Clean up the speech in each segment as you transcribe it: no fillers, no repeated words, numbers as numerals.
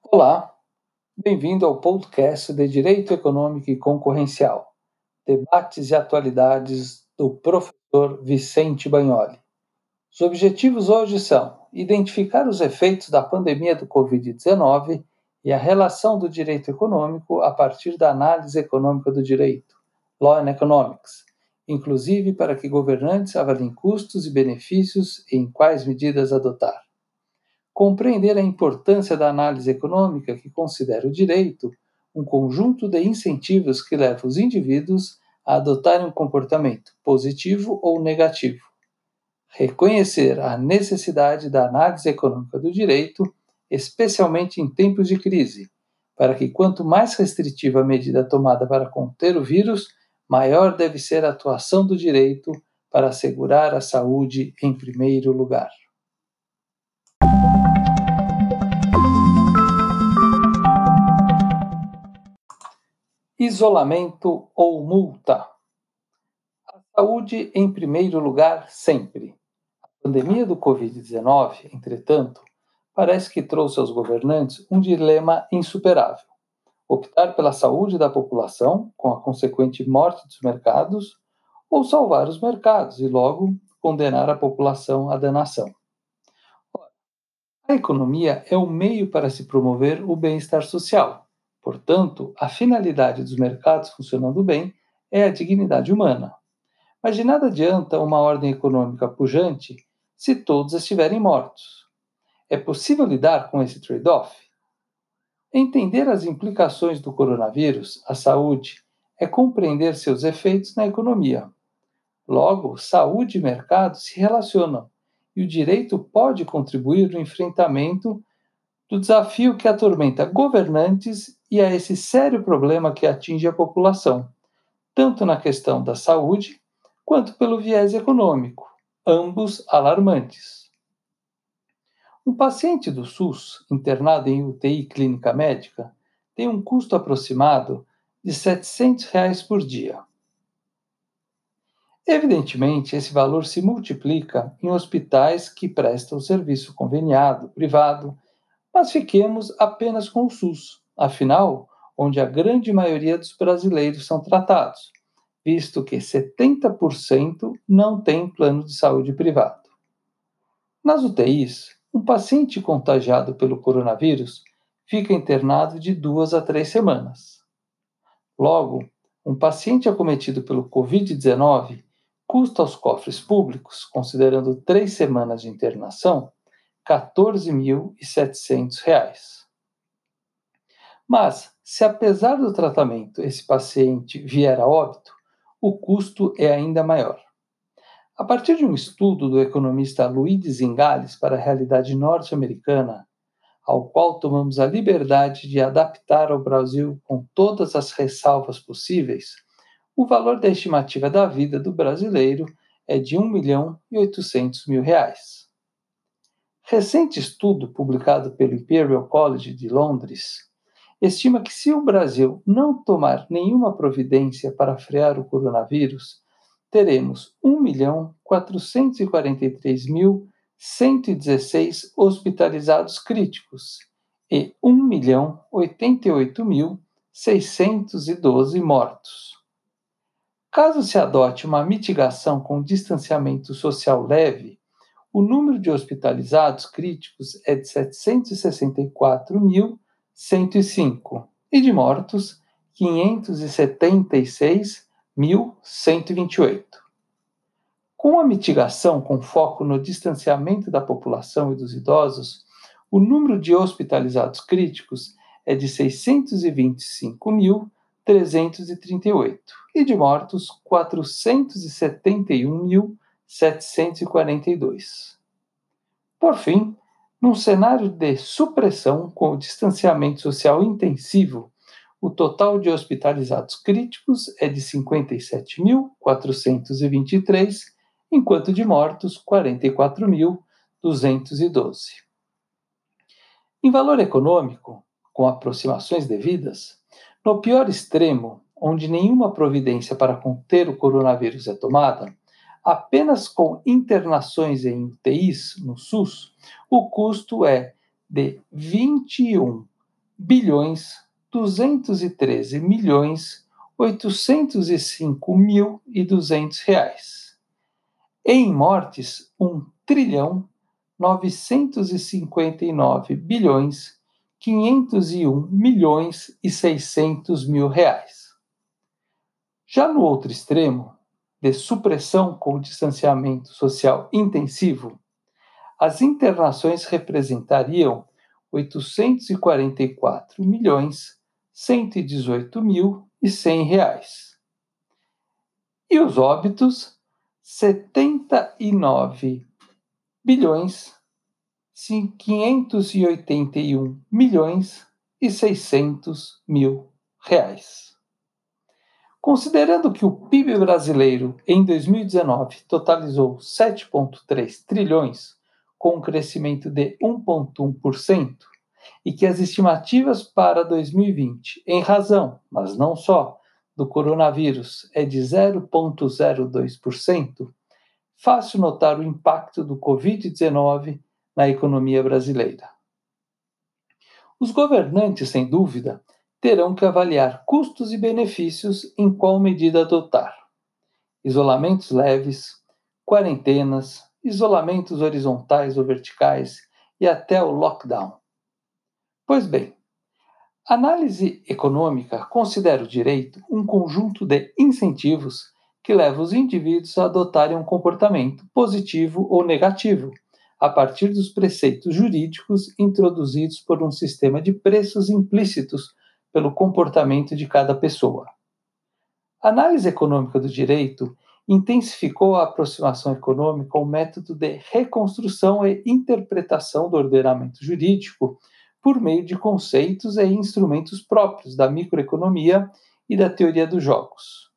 Olá, bem-vindo ao podcast de Direito Econômico e Concorrencial, debates e atualidades do professor Vicente Bagnoli. Os objetivos hoje são identificar os efeitos da pandemia do Covid-19 e a relação do direito econômico a partir da análise econômica do direito, Law and Economics, inclusive para que governantes avaliem custos e benefícios e em quais medidas adotar. Compreender a importância da análise econômica que considera o direito um conjunto de incentivos que leva os indivíduos a adotarem um comportamento positivo ou negativo. Reconhecer a necessidade da análise econômica do direito, especialmente em tempos de crise, para que quanto mais restritiva a medida tomada para conter o vírus, maior deve ser a atuação do direito para assegurar a saúde em primeiro lugar. Isolamento ou multa. A saúde em primeiro lugar sempre. A pandemia do Covid-19, entretanto, parece que trouxe aos governantes um dilema insuperável: optar pela saúde da população, com a consequente morte dos mercados, ou salvar os mercados e logo condenar a população à danação. A economia é o meio para se promover o bem-estar social. Portanto, a finalidade dos mercados funcionando bem é a dignidade humana. Mas de nada adianta uma ordem econômica pujante se todos estiverem mortos. É possível lidar com esse trade-off? Entender as implicações do coronavírus à saúde é compreender seus efeitos na economia. Logo, saúde e mercado se relacionam, e o direito pode contribuir no enfrentamento do desafio que atormenta governantes e a esse sério problema que atinge a população, tanto na questão da saúde quanto pelo viés econômico, ambos alarmantes. Um paciente do SUS internado em UTI clínica médica tem um custo aproximado de R$ 700 por dia. Evidentemente, esse valor se multiplica em hospitais que prestam serviço conveniado, privado, mas fiquemos apenas com o SUS, afinal, onde a grande maioria dos brasileiros são tratados, visto que 70% não tem plano de saúde privado. Nas UTIs, um paciente contagiado pelo coronavírus fica internado de 2 a 3 semanas. Logo, um paciente acometido pelo Covid-19 custa aos cofres públicos, considerando 3 semanas de internação, R$ 14.700. Mas, se apesar do tratamento esse paciente vier a óbito, o custo é ainda maior. A partir de um estudo do economista Luiz Zingales para a realidade norte-americana, ao qual tomamos a liberdade de adaptar ao Brasil com todas as ressalvas possíveis, o valor da estimativa da vida do brasileiro é de R$ 1.800.000. Recente estudo publicado pelo Imperial College de Londres estima que se o Brasil não tomar nenhuma providência para frear o coronavírus, teremos 1.443.116 hospitalizados críticos e 1.088.612 mortos. Caso se adote uma mitigação com distanciamento social leve, o número de hospitalizados críticos é de 764.105 e de mortos 576.128. Com a mitigação com foco no distanciamento da população e dos idosos, o número de hospitalizados críticos é de 625.338 e de mortos 471.742. Por fim, num cenário de supressão com o distanciamento social intensivo, o total de hospitalizados críticos é de 57.423, enquanto de mortos 44.212. Em valor econômico, com aproximações devidas, no pior extremo, onde nenhuma providência para conter o coronavírus é tomada, apenas com internações em UTIs no SUS, o custo é de R$ bilhões 213 milhões 805 mil e 200 reais. Em mortes, 1 trilhão 959 bilhões 501 milhões e 600 mil reais. Já no outro extremo, de supressão com distanciamento social intensivo, as internações representariam 844 milhões 118 mil e 100 reais. E os óbitos, 79 bilhões 581 milhões e 600 mil reais. Considerando que o PIB brasileiro em 2019 totalizou 7,3 trilhões, com um crescimento de 1,1%, e que as estimativas para 2020, em razão, mas não só, do coronavírus é de 0,02%, fácil notar o impacto do Covid-19 na economia brasileira. Os governantes, sem dúvida, terão que avaliar custos e benefícios em qual medida adotar. Isolamentos leves, quarentenas, isolamentos horizontais ou verticais e até o lockdown. Pois bem, a análise econômica considera o direito um conjunto de incentivos que leva os indivíduos a adotarem um comportamento positivo ou negativo, a partir dos preceitos jurídicos introduzidos por um sistema de preços implícitos pelo comportamento de cada pessoa. A análise econômica do direito intensificou a aproximação econômica ao método de reconstrução e interpretação do ordenamento jurídico por meio de conceitos e instrumentos próprios da microeconomia e da teoria dos jogos.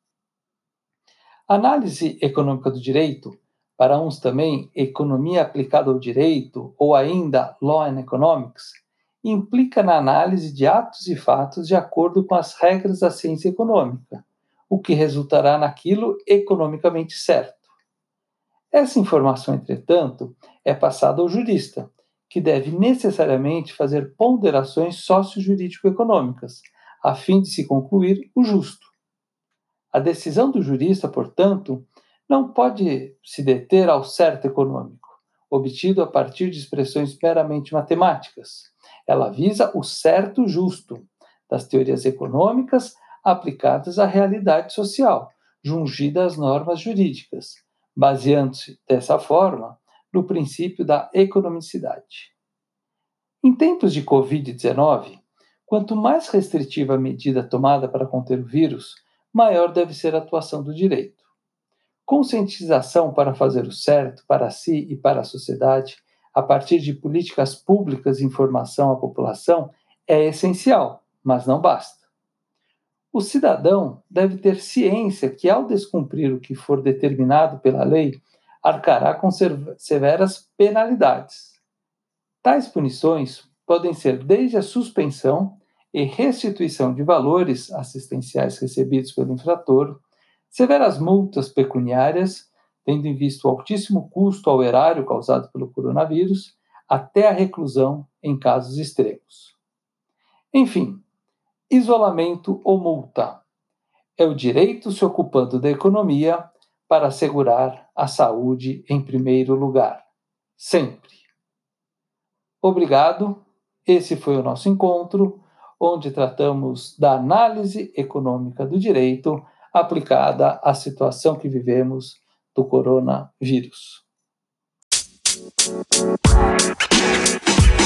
A análise econômica do direito, para uns também economia aplicada ao direito ou ainda law and economics, implica na análise de atos e fatos de acordo com as regras da ciência econômica, o que resultará naquilo economicamente certo. Essa informação, entretanto, é passada ao jurista, que deve necessariamente fazer ponderações socio-jurídico-econômicas, a fim de se concluir o justo. A decisão do jurista, portanto, não pode se deter ao certo econômico, obtido a partir de expressões meramente matemáticas. Ela visa o certo justo das teorias econômicas aplicadas à realidade social, jungida às normas jurídicas, baseando-se, dessa forma, no princípio da economicidade. Em tempos de Covid-19, quanto mais restritiva a medida tomada para conter o vírus, maior deve ser a atuação do direito. Conscientização para fazer o certo para si e para a sociedade, a partir de políticas públicas e informação à população, é essencial, mas não basta. O cidadão deve ter ciência que, ao descumprir o que for determinado pela lei, arcará com severas penalidades. Tais punições podem ser desde a suspensão e restituição de valores assistenciais recebidos pelo infrator, severas multas pecuniárias, tendo em vista o altíssimo custo ao erário causado pelo coronavírus, até a reclusão em casos extremos. Enfim, isolamento ou multa. É o direito se ocupando da economia para assegurar a saúde em primeiro lugar. Sempre. Obrigado. Esse foi o nosso encontro, onde tratamos da análise econômica do direito aplicada à situação que vivemos do coronavírus.